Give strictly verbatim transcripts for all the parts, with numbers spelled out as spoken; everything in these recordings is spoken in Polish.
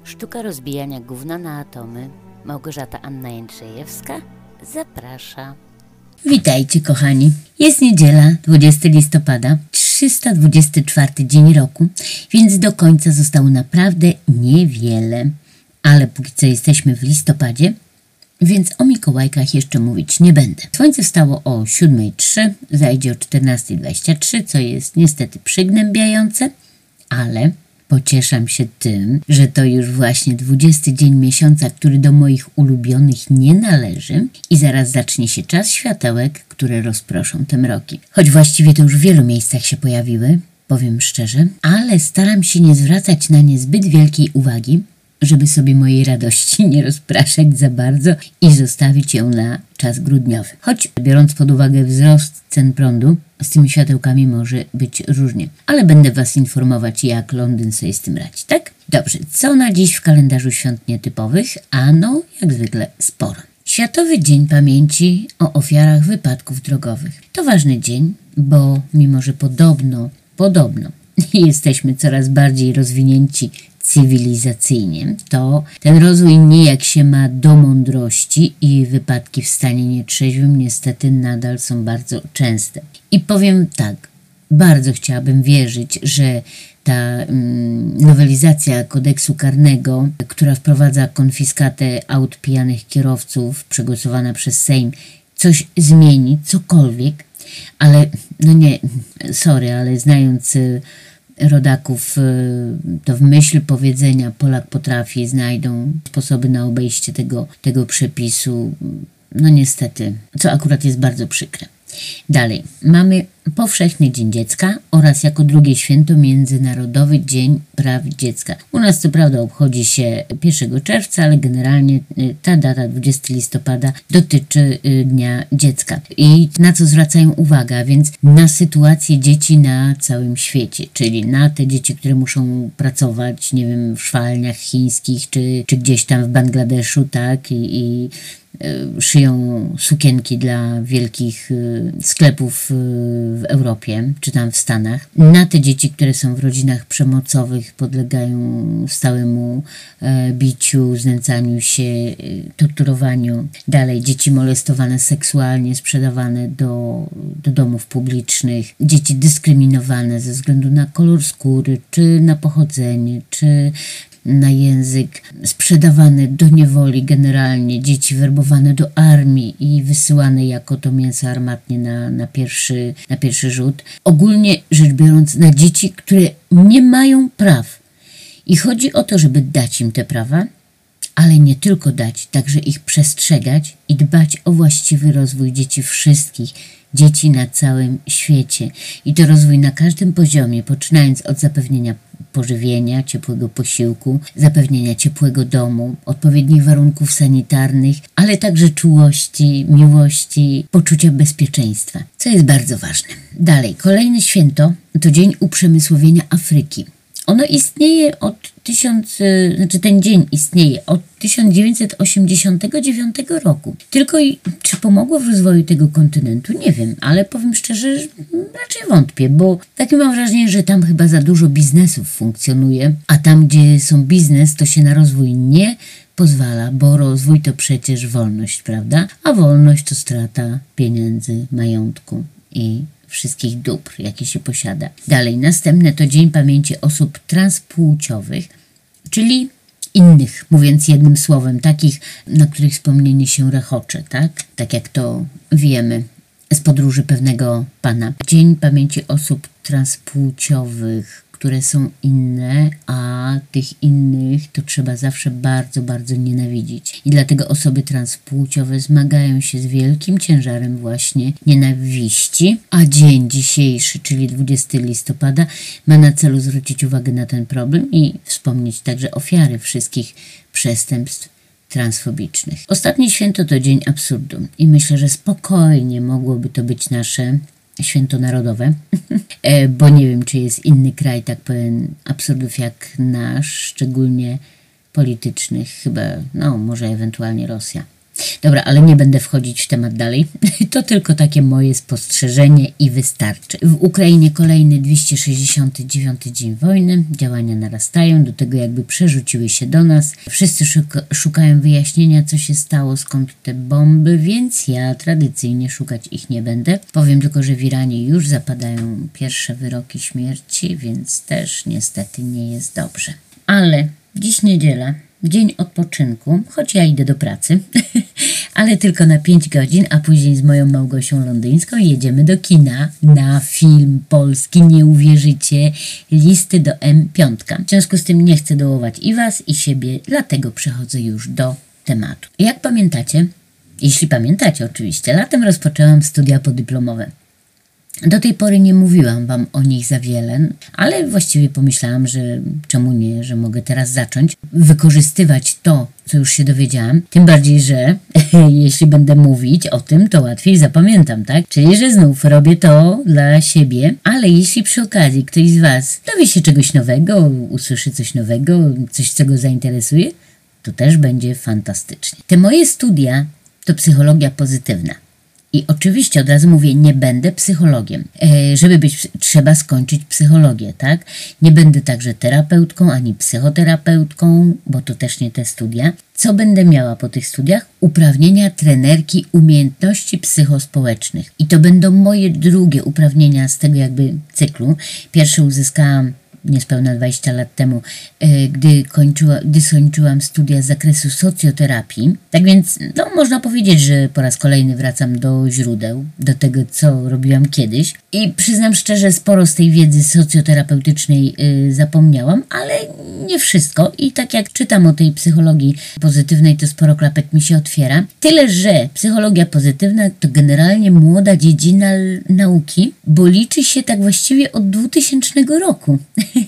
Sztuka rozbijania gówna na atomy. Małgorzata Anna Jędrzejewska zaprasza. Witajcie kochani. Jest niedziela, dwudziestego listopada, trzysta dwudziesty czwarty dzień roku, więc do końca zostało naprawdę niewiele. Ale póki co jesteśmy w listopadzie, więc o Mikołajkach jeszcze mówić nie będę. Słońce wstało o siódma trzy, zajdzie o czternasta dwadzieścia trzy, co jest niestety przygnębiające, ale pocieszam się tym, że to już właśnie dwudziesty dzień miesiąca, który do moich ulubionych nie należy i zaraz zacznie się czas światełek, które rozproszą te mroki. Choć właściwie to już w wielu miejscach się pojawiły, powiem szczerze, ale staram się nie zwracać na nie zbyt wielkiej uwagi, żeby sobie mojej radości nie rozpraszać za bardzo i zostawić ją na czas grudniowy. Choć biorąc pod uwagę wzrost cen prądu, z tymi światełkami może być różnie. Ale będę Was informować, jak Londyn sobie z tym radzi, tak? Dobrze, co na dziś w kalendarzu świąt nietypowych? Ano, jak zwykle sporo. Światowy Dzień Pamięci o ofiarach wypadków drogowych. To ważny dzień, bo mimo, że podobno, podobno jesteśmy coraz bardziej rozwinięci cywilizacyjnie, to ten rozwój nijak się ma do mądrości i wypadki w stanie nietrzeźwym niestety nadal są bardzo częste. I powiem tak, bardzo chciałabym wierzyć, że ta mm, nowelizacja kodeksu karnego, która wprowadza konfiskatę aut pijanych kierowców, przegłosowana przez Sejm, coś zmieni, cokolwiek, ale no nie, sorry, ale znając rodaków, to w myśl powiedzenia Polak potrafi, znajdą sposoby na obejście tego, tego przepisu. No niestety, co akurat jest bardzo przykre. Dalej, mamy Powszechny Dzień Dziecka oraz jako drugie święto Międzynarodowy Dzień Praw Dziecka. U nas co prawda obchodzi się pierwszego czerwca, ale generalnie ta data, dwudziestego listopada, dotyczy Dnia Dziecka. I na co zwracają uwagę, więc na sytuację dzieci na całym świecie, czyli na te dzieci, które muszą pracować, nie wiem, w szwalniach chińskich, czy, czy gdzieś tam w Bangladeszu, tak, i, i szyją sukienki dla wielkich sklepów w Europie, czy tam w Stanach. Na te dzieci, które są w rodzinach przemocowych, podlegają stałemu biciu, znęcaniu się, torturowaniu. Dalej, dzieci molestowane seksualnie, sprzedawane do, do domów publicznych. Dzieci dyskryminowane ze względu na kolor skóry, czy na pochodzenie, czy na język, sprzedawane do niewoli generalnie, dzieci werbowane do armii i wysyłane jako to mięso armatnie na, na, pierwszy, na pierwszy rzut. Ogólnie rzecz biorąc, na dzieci, które nie mają praw. I chodzi o to, żeby dać im te prawa, ale nie tylko dać, także ich przestrzegać i dbać o właściwy rozwój dzieci wszystkich, dzieci na całym świecie. I to rozwój na każdym poziomie, poczynając od zapewnienia pożywienia, ciepłego posiłku, zapewnienia ciepłego domu, odpowiednich warunków sanitarnych, ale także czułości, miłości, poczucia bezpieczeństwa, co jest bardzo ważne. Dalej, kolejne święto to Dzień Uprzemysłowienia Afryki. Ono istnieje od tysiąc, znaczy ten dzień istnieje od tysiąc dziewięćset osiemdziesiątego dziewiątego roku. Tylko i czy pomogło w rozwoju tego kontynentu? Nie wiem, ale powiem szczerze, że raczej wątpię, bo takie mam wrażenie, że tam chyba za dużo biznesów funkcjonuje, a tam, gdzie są biznes, to się na rozwój nie pozwala, bo rozwój to przecież wolność, prawda? A wolność to strata pieniędzy, majątku i wszystkich dóbr, jakie się posiada. Dalej, następne to Dzień Pamięci Osób Transpłciowych, czyli innych, mówiąc jednym słowem, takich, na których wspomnienie się rechocze, tak? Tak jak to wiemy z podróży pewnego pana. Dzień Pamięci Osób Transpłciowych, które są inne, a tych innych to trzeba zawsze bardzo, bardzo nienawidzić. I dlatego osoby transpłciowe zmagają się z wielkim ciężarem właśnie nienawiści, a dzień dzisiejszy, czyli dwudziestego listopada, ma na celu zwrócić uwagę na ten problem i wspomnieć także ofiary wszystkich przestępstw transfobicznych. Ostatnie święto to Dzień Absurdu i myślę, że spokojnie mogłoby to być nasze święto narodowe, bo nie wiem, czy jest inny kraj tak pełen absurdów jak nasz, szczególnie politycznych, chyba, no może ewentualnie Rosja. Dobra, ale nie będę wchodzić w temat dalej. To tylko takie moje spostrzeżenie i wystarczy. W Ukrainie kolejny dwieście sześćdziesiąty dziewiąty dzień wojny. Działania narastają, do tego jakby przerzuciły się do nas. Wszyscy szuka szukają wyjaśnienia, co się stało, skąd te bomby, więc ja tradycyjnie szukać ich nie będę. Powiem tylko, że w Iranie już zapadają pierwsze wyroki śmierci, więc też niestety nie jest dobrze. Ale dziś niedziela. Dzień odpoczynku, choć ja idę do pracy, ale tylko na pięć godzin, a później z moją Małgosią Londyńską jedziemy do kina na film polski, nie uwierzycie, Listy do M pięć. W związku z tym nie chcę dołować i was, i siebie, dlatego przechodzę już do tematu. Jak pamiętacie, jeśli pamiętacie oczywiście, latem rozpoczęłam studia podyplomowe. Do tej pory nie mówiłam wam o nich za wiele, ale właściwie pomyślałam, że czemu nie, że mogę teraz zacząć wykorzystywać to, co już się dowiedziałam. Tym bardziej, że jeśli będę mówić o tym, to łatwiej zapamiętam, tak? Czyli, że znów robię to dla siebie, ale jeśli przy okazji ktoś z was dowie się czegoś nowego, usłyszy coś nowego, coś, co go zainteresuje, to też będzie fantastycznie. Te moje studia to psychologia pozytywna. I oczywiście od razu mówię, nie będę psychologiem. E, żeby być, trzeba skończyć psychologię, tak? Nie będę także terapeutką, ani psychoterapeutką, bo to też nie te studia. Co będę miała po tych studiach? Uprawnienia trenerki umiejętności psychospołecznych. I to będą moje drugie uprawnienia z tego jakby cyklu. Pierwsze uzyskałam niespełna dwadzieścia lat temu, gdy, kończyła, gdy skończyłam studia z zakresu socjoterapii. Tak więc, no, można powiedzieć, że po raz kolejny wracam do źródeł, do tego, co robiłam kiedyś. I przyznam szczerze, sporo z tej wiedzy socjoterapeutycznej y, zapomniałam, ale nie wszystko. I tak jak czytam o tej psychologii pozytywnej, to sporo klapek mi się otwiera. Tyle, że psychologia pozytywna to generalnie młoda dziedzina nauki, bo liczy się tak właściwie od dwutysięcznego roku.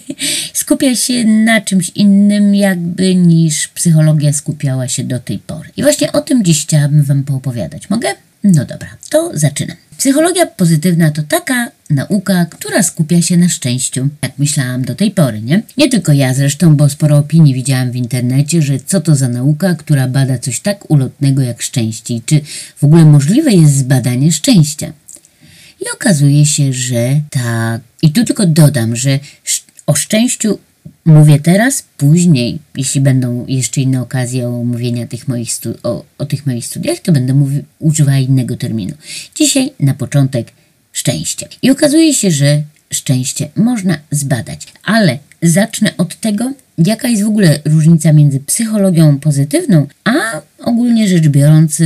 Skupia się na czymś innym jakby niż psychologia skupiała się do tej pory. I właśnie o tym dziś chciałabym wam poopowiadać. Mogę? No dobra, to zaczynam. Psychologia pozytywna to taka nauka, która skupia się na szczęściu. Tak myślałam do tej pory, nie? Nie tylko ja zresztą, bo sporo opinii widziałam w internecie, że co to za nauka, która bada coś tak ulotnego jak szczęście i czy w ogóle możliwe jest zbadanie szczęścia. I okazuje się, że tak. I tu tylko dodam, że o szczęściu mówię teraz, później, jeśli będą jeszcze inne okazje omówienia tych moich stu- o, o tych moich studiach, to będę mówi- używała innego terminu. Dzisiaj na początek szczęście. I okazuje się, że szczęście można zbadać. Ale zacznę od tego, jaka jest w ogóle różnica między psychologią pozytywną, a ogólnie rzecz biorąc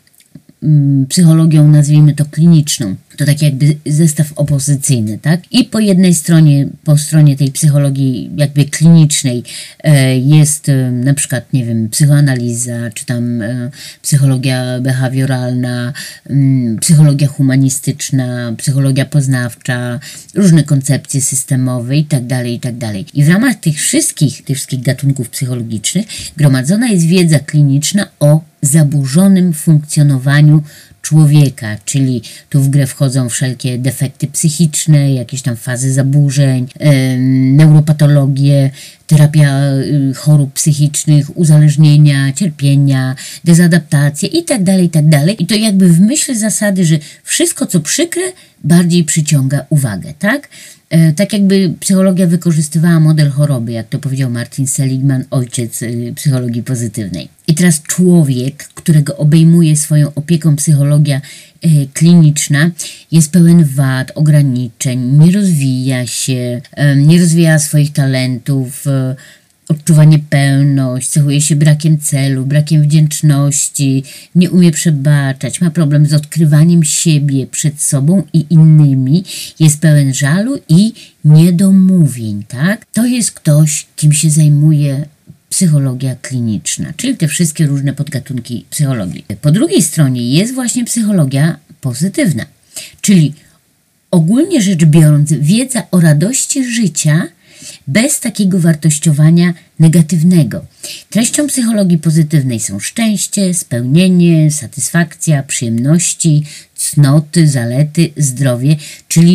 psychologią, nazwijmy to kliniczną. To tak jakby zestaw opozycyjny, tak? I po jednej stronie, po stronie tej psychologii jakby klinicznej e, jest e, na przykład, nie wiem, psychoanaliza, czy tam e, psychologia behawioralna, m, psychologia humanistyczna, psychologia poznawcza, różne koncepcje systemowe i tak dalej, i tak dalej. I w ramach tych wszystkich, tych wszystkich gatunków psychologicznych gromadzona jest wiedza kliniczna o zaburzonym funkcjonowaniu człowieka, czyli tu w grę wchodzą wszelkie defekty psychiczne, jakieś tam fazy zaburzeń, yy, neuropatologie, terapia yy, chorób psychicznych, uzależnienia, cierpienia, dezadaptacje i tak dalej, i tak dalej. I to jakby w myśl zasady, że wszystko co przykre bardziej przyciąga uwagę, tak? Tak jakby psychologia wykorzystywała model choroby, jak to powiedział Martin Seligman, ojciec psychologii pozytywnej. I teraz człowiek, którego obejmuje swoją opieką psychologia e, kliniczna, jest pełen wad, ograniczeń, nie rozwija się, e, nie rozwija swoich talentów, e, odczuwa niepełność, cechuje się brakiem celu, brakiem wdzięczności, nie umie przebaczać, ma problem z odkrywaniem siebie przed sobą i innymi, jest pełen żalu i niedomówień, tak? To jest ktoś, kim się zajmuje psychologia kliniczna, czyli te wszystkie różne podgatunki psychologii. Po drugiej stronie jest właśnie psychologia pozytywna, czyli ogólnie rzecz biorąc wiedza o radości życia bez takiego wartościowania negatywnego. Treścią psychologii pozytywnej są szczęście, spełnienie, satysfakcja, przyjemności, cnoty, zalety, zdrowie, czyli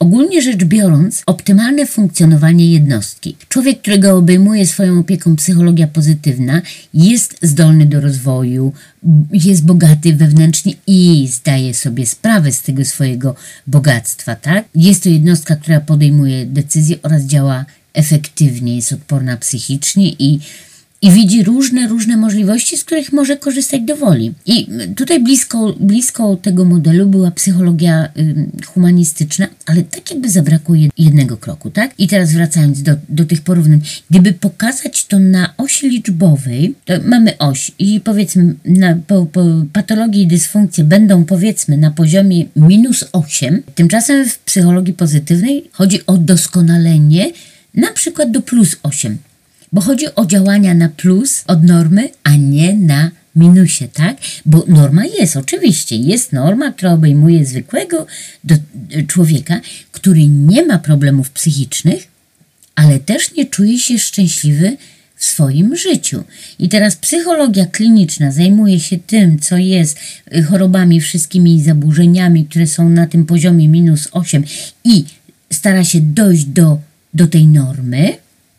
ogólnie rzecz biorąc, optymalne funkcjonowanie jednostki. Człowiek, którego obejmuje swoją opieką psychologia pozytywna, jest zdolny do rozwoju, jest bogaty wewnętrznie i zdaje sobie sprawę z tego swojego bogactwa, tak? Jest to jednostka, która podejmuje decyzje oraz działa efektywnie, jest odporna psychicznie i I widzi różne, różne możliwości, z których może korzystać do woli. I tutaj blisko, blisko tego modelu była psychologia y, humanistyczna, ale tak jakby zabrakło jednego kroku, tak? I teraz wracając do, do tych porównań, gdyby pokazać to na osi liczbowej, to mamy oś i powiedzmy na, po, po patologii i dysfunkcje będą powiedzmy na poziomie minus osiem, tymczasem w psychologii pozytywnej chodzi o doskonalenie na przykład do plus osiem. Bo chodzi o działania na plus od normy, a nie na minusie, tak? Bo norma jest, oczywiście, jest norma, która obejmuje zwykłego do, człowieka, który nie ma problemów psychicznych, ale też nie czuje się szczęśliwy w swoim życiu. I teraz psychologia kliniczna zajmuje się tym, co jest chorobami, wszystkimi zaburzeniami, które są na tym poziomie minus osiem i stara się dojść do, do tej normy,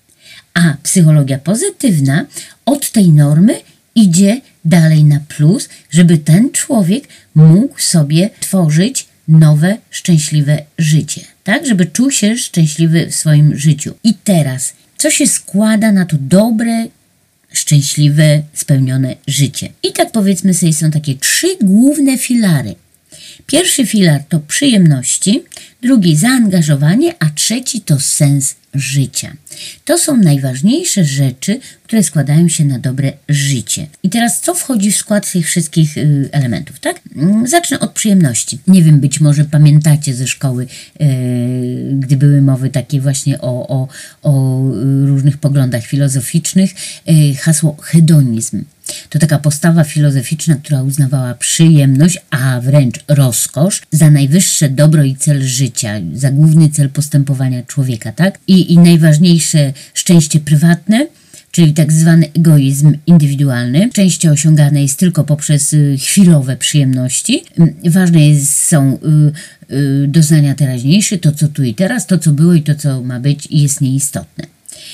a psychologia pozytywna od tej normy idzie dalej na plus, żeby ten człowiek mógł sobie tworzyć nowe, szczęśliwe życie. Tak? Żeby czuł się szczęśliwy w swoim życiu. I teraz, co się składa na to dobre, szczęśliwe, spełnione życie? I tak powiedzmy sobie, są takie trzy główne filary. Pierwszy filar to przyjemności, drugi zaangażowanie, a trzeci to sens życia. To są najważniejsze rzeczy, które składają się na dobre życie. I teraz co wchodzi w skład tych wszystkich y, elementów, tak? Zacznę od przyjemności. Nie wiem, być może pamiętacie ze szkoły, y, gdy były mowy takie właśnie o, o, o różnych poglądach filozoficznych, y, hasło hedonizm. To taka postawa filozoficzna, która uznawała przyjemność, a wręcz rozkosz za najwyższe dobro i cel życia, za główny cel postępowania człowieka, tak? I, i najważniejsze szczęście prywatne, czyli tak zwany egoizm indywidualny. Szczęście osiągane jest tylko poprzez y, chwilowe przyjemności. Y, ważne jest, są y, y, doznania teraźniejsze, to co tu i teraz, to co było i to co ma być jest nieistotne.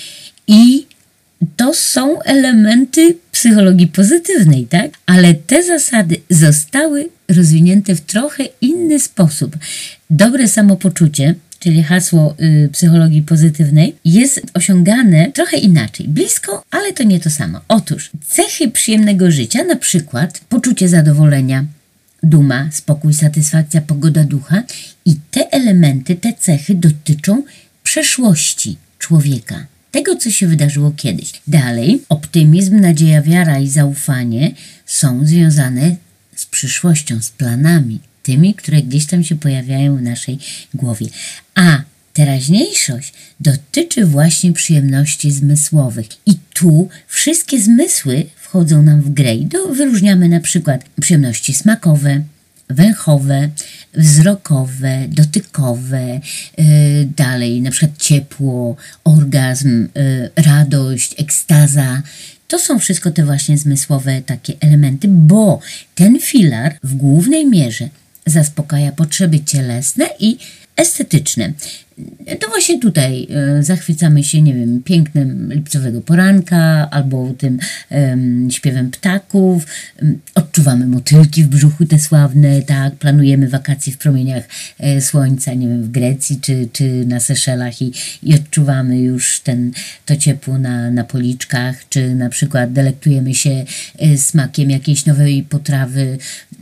I to są elementy psychologii pozytywnej, tak? Ale te zasady zostały rozwinięte w trochę inny sposób. Dobre samopoczucie, czyli hasło y, psychologii pozytywnej, jest osiągane trochę inaczej. Blisko, ale to nie to samo. Otóż cechy przyjemnego życia, na przykład poczucie zadowolenia, duma, spokój, satysfakcja, pogoda ducha i te elementy, te cechy dotyczą przeszłości człowieka. Tego, co się wydarzyło kiedyś. Dalej, optymizm, nadzieja, wiara i zaufanie są związane z przyszłością, z planami, tymi, które gdzieś tam się pojawiają w naszej głowie. A teraźniejszość dotyczy właśnie przyjemności zmysłowych. I tu wszystkie zmysły wchodzą nam w grę. I do, wyróżniamy na przykład przyjemności smakowe, węchowe, wzrokowe, dotykowe, yy, dalej na przykład ciepło, orgazm, yy, radość, ekstaza. To są wszystko te właśnie zmysłowe takie elementy, bo ten filar w głównej mierze zaspokaja potrzeby cielesne i estetyczne. To właśnie tutaj e, zachwycamy się, nie wiem, pięknem lipcowego poranka albo tym e, śpiewem ptaków. Odczuwamy motylki w brzuchu te sławne, tak? Planujemy wakacje w promieniach e, słońca, nie wiem, w Grecji czy, czy na Seszelach i, i odczuwamy już ten, to ciepło na, na policzkach, czy na przykład delektujemy się e, smakiem jakiejś nowej potrawy,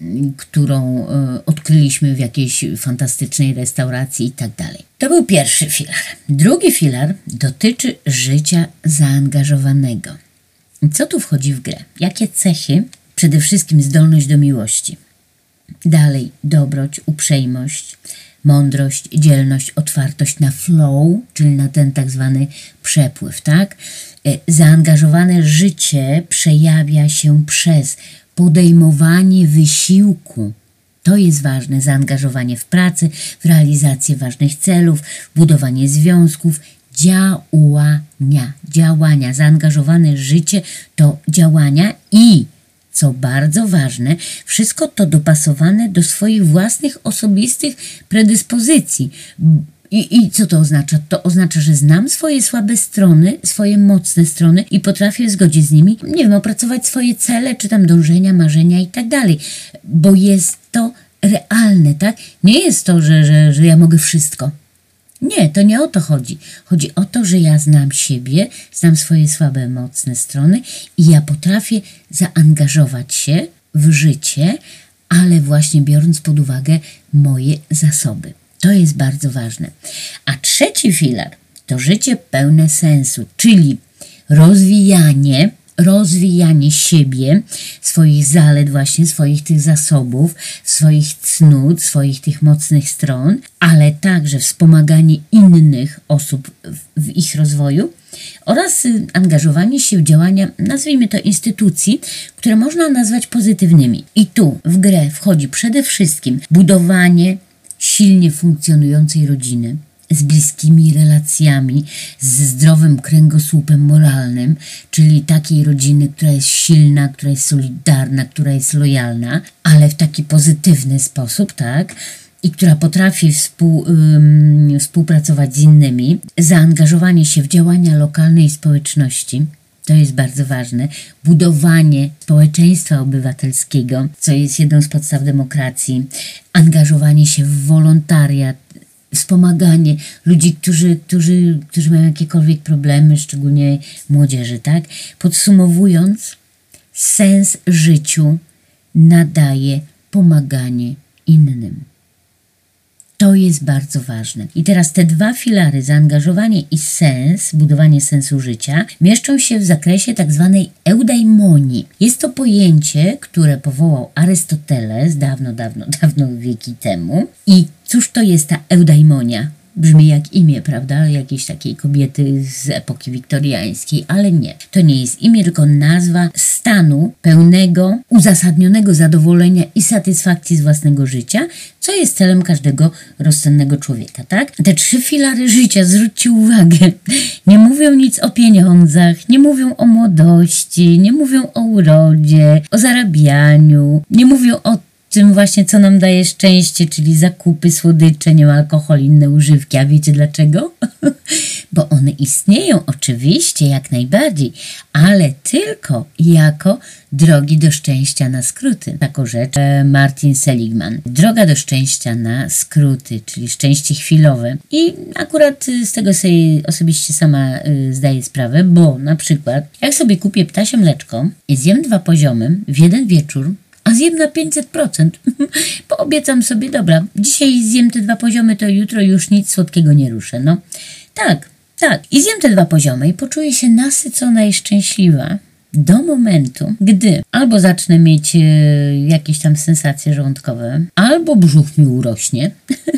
którą e, odkryliśmy w jakiejś fantastycznej restauracji i tak dalej. To był pierwszy filar. Drugi filar dotyczy życia zaangażowanego. Co tu wchodzi w grę? Jakie cechy? Przede wszystkim zdolność do miłości. Dalej dobroć, uprzejmość, mądrość, dzielność, otwartość na flow, czyli na ten tak zwany przepływ, tak? Zaangażowane życie przejawia się przez podejmowanie wysiłku. To jest ważne, zaangażowanie w pracę, w realizację ważnych celów, w budowanie związków, działania, działania. Zaangażowane życie to działania i, co bardzo ważne, wszystko to dopasowane do swoich własnych, osobistych predyspozycji. I, I co to oznacza? To oznacza, że znam swoje słabe strony, swoje mocne strony i potrafię w zgodzie z nimi, nie wiem, opracować swoje cele, czy tam dążenia, marzenia i tak dalej. Bo jest to realne, tak? Nie jest to, że, że, że ja mogę wszystko. Nie, to nie o to chodzi. Chodzi o to, że ja znam siebie, znam swoje słabe, mocne strony i ja potrafię zaangażować się w życie, ale właśnie biorąc pod uwagę moje zasoby. To jest bardzo ważne. A trzeci filar to życie pełne sensu, czyli rozwijanie, rozwijanie siebie, swoich zalet właśnie, swoich tych zasobów, swoich cnót, swoich tych mocnych stron, ale także wspomaganie innych osób w, w ich rozwoju oraz angażowanie się w działania, nazwijmy to instytucji, które można nazwać pozytywnymi. I tu w grę wchodzi przede wszystkim budowanie silnie funkcjonującej rodziny, z bliskimi relacjami, z zdrowym kręgosłupem moralnym, czyli takiej rodziny, która jest silna, która jest solidarna, która jest lojalna, ale w taki pozytywny sposób, tak? I która potrafi współ, um, współpracować z innymi, zaangażowanie się w działania lokalnej społeczności. To jest bardzo ważne. Budowanie społeczeństwa obywatelskiego, co jest jedną z podstaw demokracji. Angażowanie się w wolontariat, wspomaganie ludzi, którzy, którzy, którzy mają jakiekolwiek problemy, szczególnie młodzieży, tak? Podsumowując, sens życiu nadaje pomaganie innym. To jest bardzo ważne. I teraz te dwa filary, zaangażowanie i sens, budowanie sensu życia, mieszczą się w zakresie tak zwanej eudaimonii. Jest to pojęcie, które powołał Arystoteles dawno, dawno, dawno wieki temu. I cóż to jest ta eudaimonia? Brzmi jak imię, prawda? Jakiejś takiej kobiety z epoki wiktoriańskiej, ale nie. To nie jest imię, tylko nazwa stanu pełnego, uzasadnionego zadowolenia i satysfakcji z własnego życia, co jest celem każdego rozsądnego człowieka, tak? Te trzy filary życia, zwróćcie uwagę, nie mówią nic o pieniądzach, nie mówią o młodości, nie mówią o urodzie, o zarabianiu, nie mówią o tym właśnie, co nam daje szczęście, czyli zakupy, słodycze, nie ma alkohol, inne używki. A wiecie dlaczego? Bo one istnieją oczywiście, jak najbardziej, ale tylko jako drogi do szczęścia na skróty. Taką rzecz Martin Seligman. Droga do szczęścia na skróty, czyli szczęście chwilowe. I akurat z tego sobie osobiście sama y, zdaję sprawę, bo na przykład jak sobie kupię ptasie mleczko i zjem dwa poziomy w jeden wieczór, a zjem na pięćset procent, bo obiecam sobie, dobra, dzisiaj zjem te dwa poziomy, to jutro już nic słodkiego nie ruszę. No tak, tak. I zjem te dwa poziomy i poczuję się nasycona i szczęśliwa do momentu, gdy albo zacznę mieć e, jakieś tam sensacje żołądkowe, albo brzuch mi urośnie,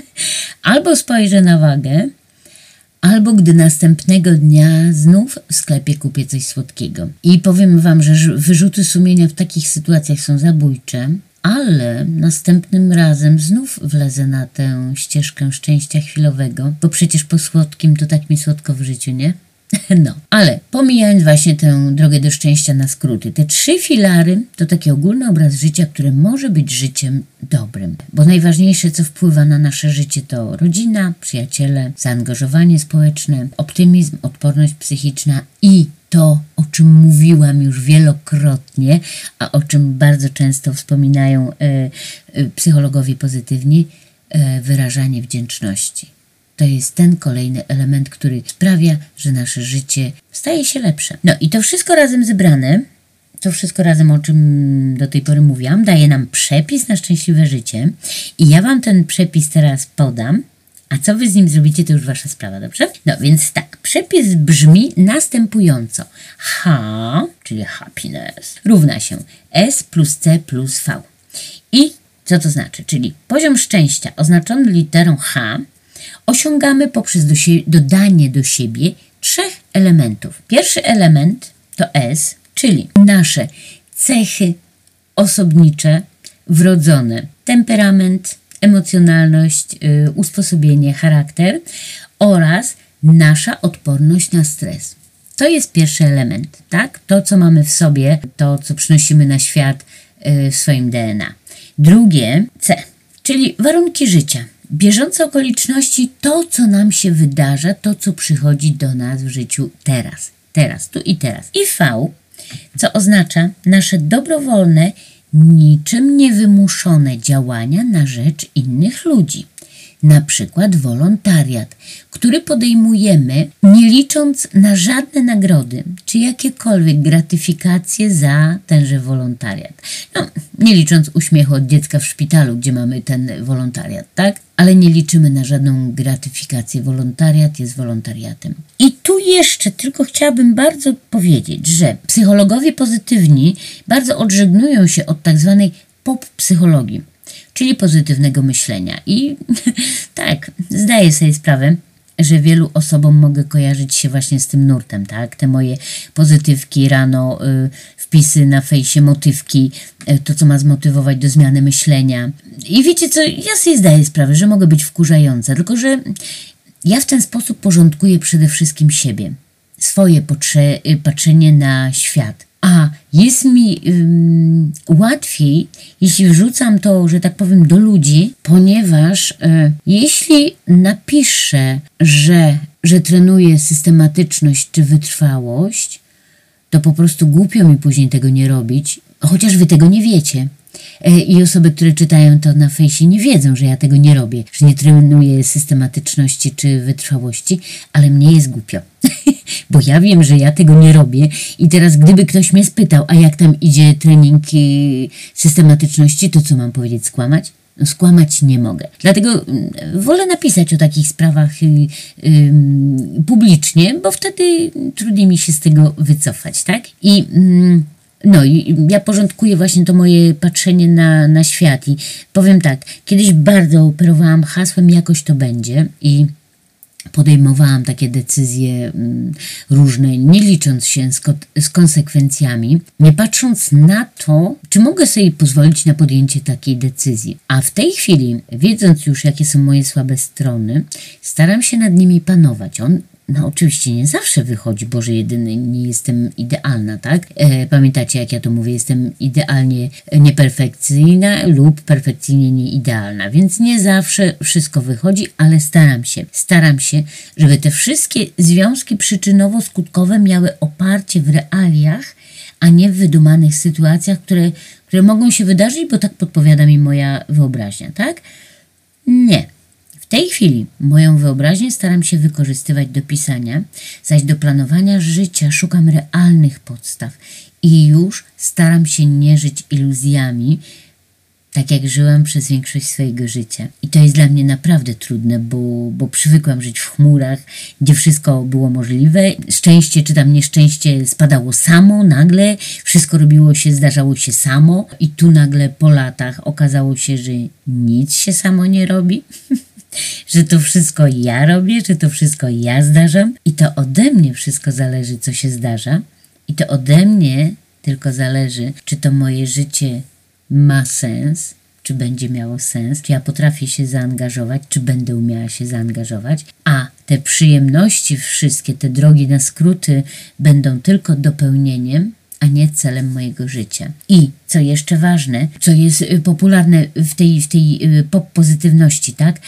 albo spojrzę na wagę, albo gdy następnego dnia znów w sklepie kupię coś słodkiego. I powiem wam, że wyrzuty sumienia w takich sytuacjach są zabójcze, ale następnym razem znów wlezę na tę ścieżkę szczęścia chwilowego, bo przecież po słodkim to tak mi słodko w życiu, nie? No, ale pomijając właśnie tę drogę do szczęścia na skróty, te trzy filary to taki ogólny obraz życia, które może być życiem dobrym. Bo najważniejsze, co wpływa na nasze życie, to rodzina, przyjaciele, zaangażowanie społeczne, optymizm, odporność psychiczna i to, o czym mówiłam już wielokrotnie, a o czym bardzo często wspominają e, e, psychologowie pozytywni, e, wyrażanie wdzięczności. To jest ten kolejny element, który sprawia, że nasze życie staje się lepsze. No i to wszystko razem zebrane, to wszystko razem, o czym do tej pory mówiłam, daje nam przepis na szczęśliwe życie. I ja wam ten przepis teraz podam, a co wy z nim zrobicie, to już wasza sprawa, dobrze? No więc tak, przepis brzmi następująco. H, czyli happiness, równa się S plus C plus V. I co to znaczy? Czyli poziom szczęścia oznaczony literą H osiągamy poprzez do sie- dodanie do siebie trzech elementów. Pierwszy element to S, czyli nasze cechy osobnicze, wrodzone, temperament, emocjonalność, yy, usposobienie, charakter oraz nasza odporność na stres. To jest pierwszy element, tak? To, co mamy w sobie, to, co przynosimy na świat yy, w swoim D N A. Drugie, C, czyli warunki życia. bieżące okoliczności, to co nam się wydarza, to co przychodzi do nas w życiu teraz, teraz, tu i teraz. I V, co oznacza nasze dobrowolne, niczym niewymuszone działania na rzecz innych ludzi. Na przykład wolontariat, który podejmujemy nie licząc na żadne nagrody, czy jakiekolwiek gratyfikacje za tenże wolontariat. No, nie licząc uśmiechu od dziecka w szpitalu, gdzie mamy ten wolontariat, tak? Ale nie liczymy na żadną gratyfikację. Wolontariat jest wolontariatem. I tu jeszcze tylko chciałabym bardzo powiedzieć, że psychologowie pozytywni bardzo odżegnują się od tak zwanej pop-psychologii, czyli pozytywnego myślenia. I tak, zdaję sobie sprawę, że wielu osobom mogę kojarzyć się właśnie z tym nurtem, tak? Te moje pozytywki rano, y, wpisy na fejsie, motywki, y, to co ma zmotywować do zmiany myślenia. I wiecie co, ja sobie zdaję sprawę, że mogę być wkurzająca, tylko że ja w ten sposób porządkuję przede wszystkim siebie, swoje potrze- patrzenie na świat. A jest mi ym, łatwiej, jeśli wrzucam to, że tak powiem, do ludzi, ponieważ y, jeśli napiszę, że, że trenuję systematyczność czy wytrwałość, to po prostu głupio mi później tego nie robić, chociaż wy tego nie wiecie. I osoby, które czytają to na fejsie, nie wiedzą, że ja tego nie robię, że nie trenuję systematyczności czy wytrwałości, ale mnie jest głupio. Bo ja wiem, że ja tego nie robię i teraz gdyby ktoś mnie spytał, a jak tam idzie trening systematyczności, to co mam powiedzieć, skłamać? No, skłamać nie mogę. Dlatego wolę napisać o takich sprawach yy, yy, publicznie, bo wtedy trudniej mi się z tego wycofać, tak? I... Yy, No i ja porządkuję właśnie to moje patrzenie na, na świat i powiem tak, kiedyś bardzo operowałam hasłem jakoś to będzie i podejmowałam takie decyzje mm, różne, nie licząc się z, ko- z konsekwencjami, nie patrząc na to, czy mogę sobie pozwolić na podjęcie takiej decyzji. A w tej chwili, wiedząc już jakie są moje słabe strony, staram się nad nimi panować. On No oczywiście nie zawsze wychodzi, bo że jedyny nie jestem idealna, tak? E, pamiętacie jak ja to mówię, jestem idealnie nieperfekcyjna lub perfekcyjnie nieidealna, więc nie zawsze wszystko wychodzi, ale staram się, staram się, żeby te wszystkie związki przyczynowo-skutkowe miały oparcie w realiach, a nie w wydumanych sytuacjach, które, które mogą się wydarzyć, bo tak podpowiada mi moja wyobraźnia, tak? Nie. W tej chwili moją wyobraźnię staram się wykorzystywać do pisania, zaś do planowania życia szukam realnych podstaw i już staram się nie żyć iluzjami, tak jak żyłam przez większość swojego życia. I to jest dla mnie naprawdę trudne, bo, bo przywykłam żyć w chmurach, gdzie wszystko było możliwe. Szczęście czy tam nieszczęście spadało samo, nagle. Wszystko robiło się, zdarzało się samo. I tu nagle po latach okazało się, że nic się samo nie robi. Że to wszystko ja robię, że to wszystko ja zdarzam. I to ode mnie wszystko zależy, co się zdarza. I to ode mnie tylko zależy, czy to moje życie ma sens, czy będzie miało sens, czy ja potrafię się zaangażować, czy będę umiała się zaangażować, a te przyjemności wszystkie, te drogi na skróty będą tylko dopełnieniem, a nie celem mojego życia. I co jeszcze ważne, co jest popularne w tej, w tej pop-pozytywności, tak?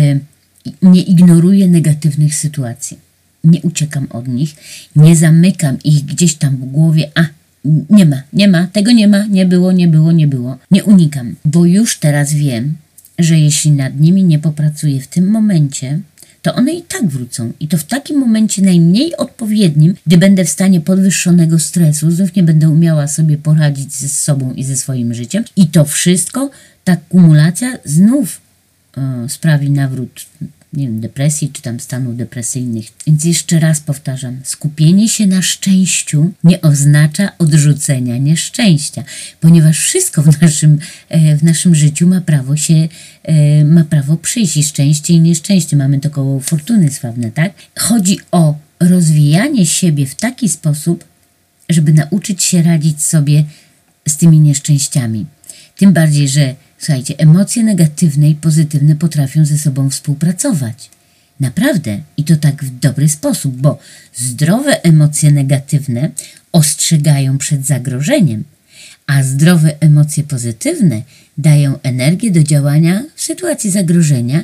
Nie ignoruję negatywnych sytuacji. Nie uciekam od nich, nie zamykam ich gdzieś tam w głowie, a nie ma, nie ma, tego nie ma, nie było, nie było, nie było. Nie unikam, bo już teraz wiem, że jeśli nad nimi nie popracuję w tym momencie, to one i tak wrócą. I to w takim momencie najmniej odpowiednim, gdy będę w stanie podwyższonego stresu, znów nie będę umiała sobie poradzić ze sobą i ze swoim życiem. I to wszystko, ta kumulacja znów e, sprawi nawrót, nie wiem, depresji czy tam stanów depresyjnych. Więc jeszcze raz powtarzam, skupienie się na szczęściu nie oznacza odrzucenia nieszczęścia, ponieważ wszystko w naszym, w naszym życiu ma prawo się, ma prawo przyjść i szczęście i nieszczęście. Mamy to koło fortuny sławne, tak? Chodzi o rozwijanie siebie w taki sposób, żeby nauczyć się radzić sobie z tymi nieszczęściami. Tym bardziej, że słuchajcie, emocje negatywne i pozytywne potrafią ze sobą współpracować. Naprawdę. I to tak w dobry sposób, bo zdrowe emocje negatywne ostrzegają przed zagrożeniem, A zdrowe emocje pozytywne dają energię do działania w sytuacji zagrożenia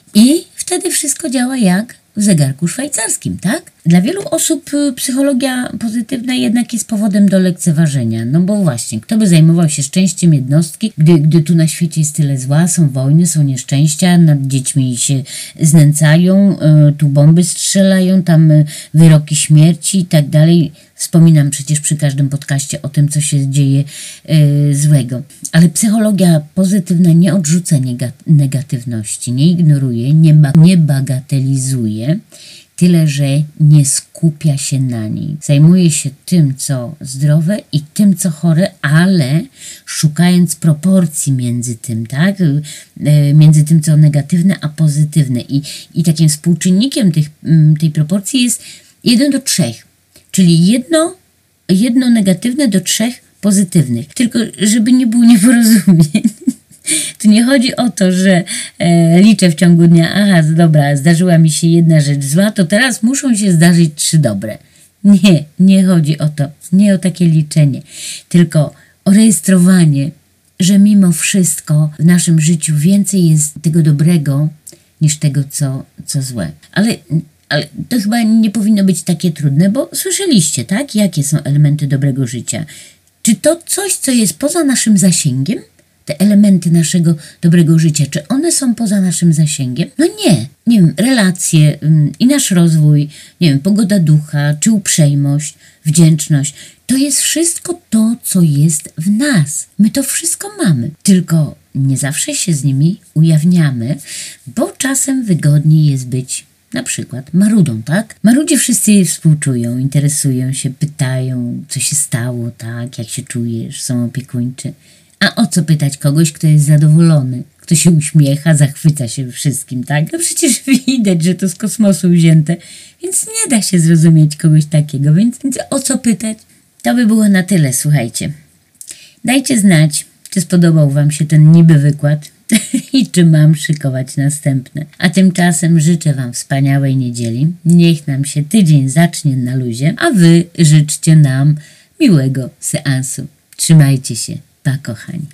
i wtedy wszystko działa jak w zegarku szwajcarskim, tak? Dla wielu osób psychologia pozytywna jednak jest powodem do lekceważenia, no bo właśnie, kto by zajmował się szczęściem jednostki, gdy, gdy tu na świecie jest tyle zła, są wojny, są nieszczęścia, nad dziećmi się znęcają, tu bomby strzelają, tam wyroki śmierci i tak dalej. Wspominam przecież przy każdym podcaście o tym, co się dzieje yy, złego. Ale psychologia pozytywna nie odrzuca nega- negatywności, nie ignoruje, nie, ba- nie bagatelizuje, tyle że nie skupia się na niej. Zajmuje się tym, co zdrowe i tym, co chore, ale szukając proporcji między tym, tak? Yy, między tym, co negatywne, a pozytywne. I, i takim współczynnikiem tych, yy, tej proporcji jest jeden do trzech. Czyli jedno, jedno negatywne do trzech pozytywnych. Tylko żeby nie było nieporozumień. Tu nie chodzi o to, że e, liczę w ciągu dnia, aha, dobra, zdarzyła mi się jedna rzecz zła, to teraz muszą się zdarzyć trzy dobre. Nie, nie chodzi o to. Nie o takie liczenie. Tylko o rejestrowanie, że mimo wszystko w naszym życiu więcej jest tego dobrego niż tego, co, co złe. Ale... Ale to chyba nie powinno być takie trudne, bo słyszeliście, tak? Jakie są elementy dobrego życia? Czy to coś, co jest poza naszym zasięgiem? Te elementy naszego dobrego życia, czy one są poza naszym zasięgiem? No nie. Nie wiem, relacje ym, i nasz rozwój, nie wiem, pogoda ducha, czy uprzejmość, wdzięczność. To jest wszystko to, co jest w nas. My to wszystko mamy. Tylko nie zawsze się z nimi ujawniamy, bo czasem wygodniej jest być na przykład marudą, tak? Marudzie wszyscy jej współczują, interesują się, pytają, co się stało, tak? Jak się czujesz, są opiekuńczy. A o co pytać kogoś, kto jest zadowolony, kto się uśmiecha, zachwyca się wszystkim, tak? No przecież widać, że to z kosmosu wzięte, więc nie da się zrozumieć kogoś takiego, więc, więc o co pytać? To by było na tyle, słuchajcie. Dajcie znać, czy spodobał wam się ten niby wykład i czy mam szykować następne. A tymczasem życzę wam wspaniałej niedzieli. Niech nam się tydzień zacznie na luzie, a wy życzcie nam miłego seansu. Trzymajcie się. Pa, kochani.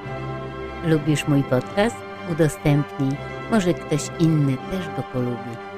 Lubisz mój podcast? Udostępnij. Może ktoś inny też go polubi.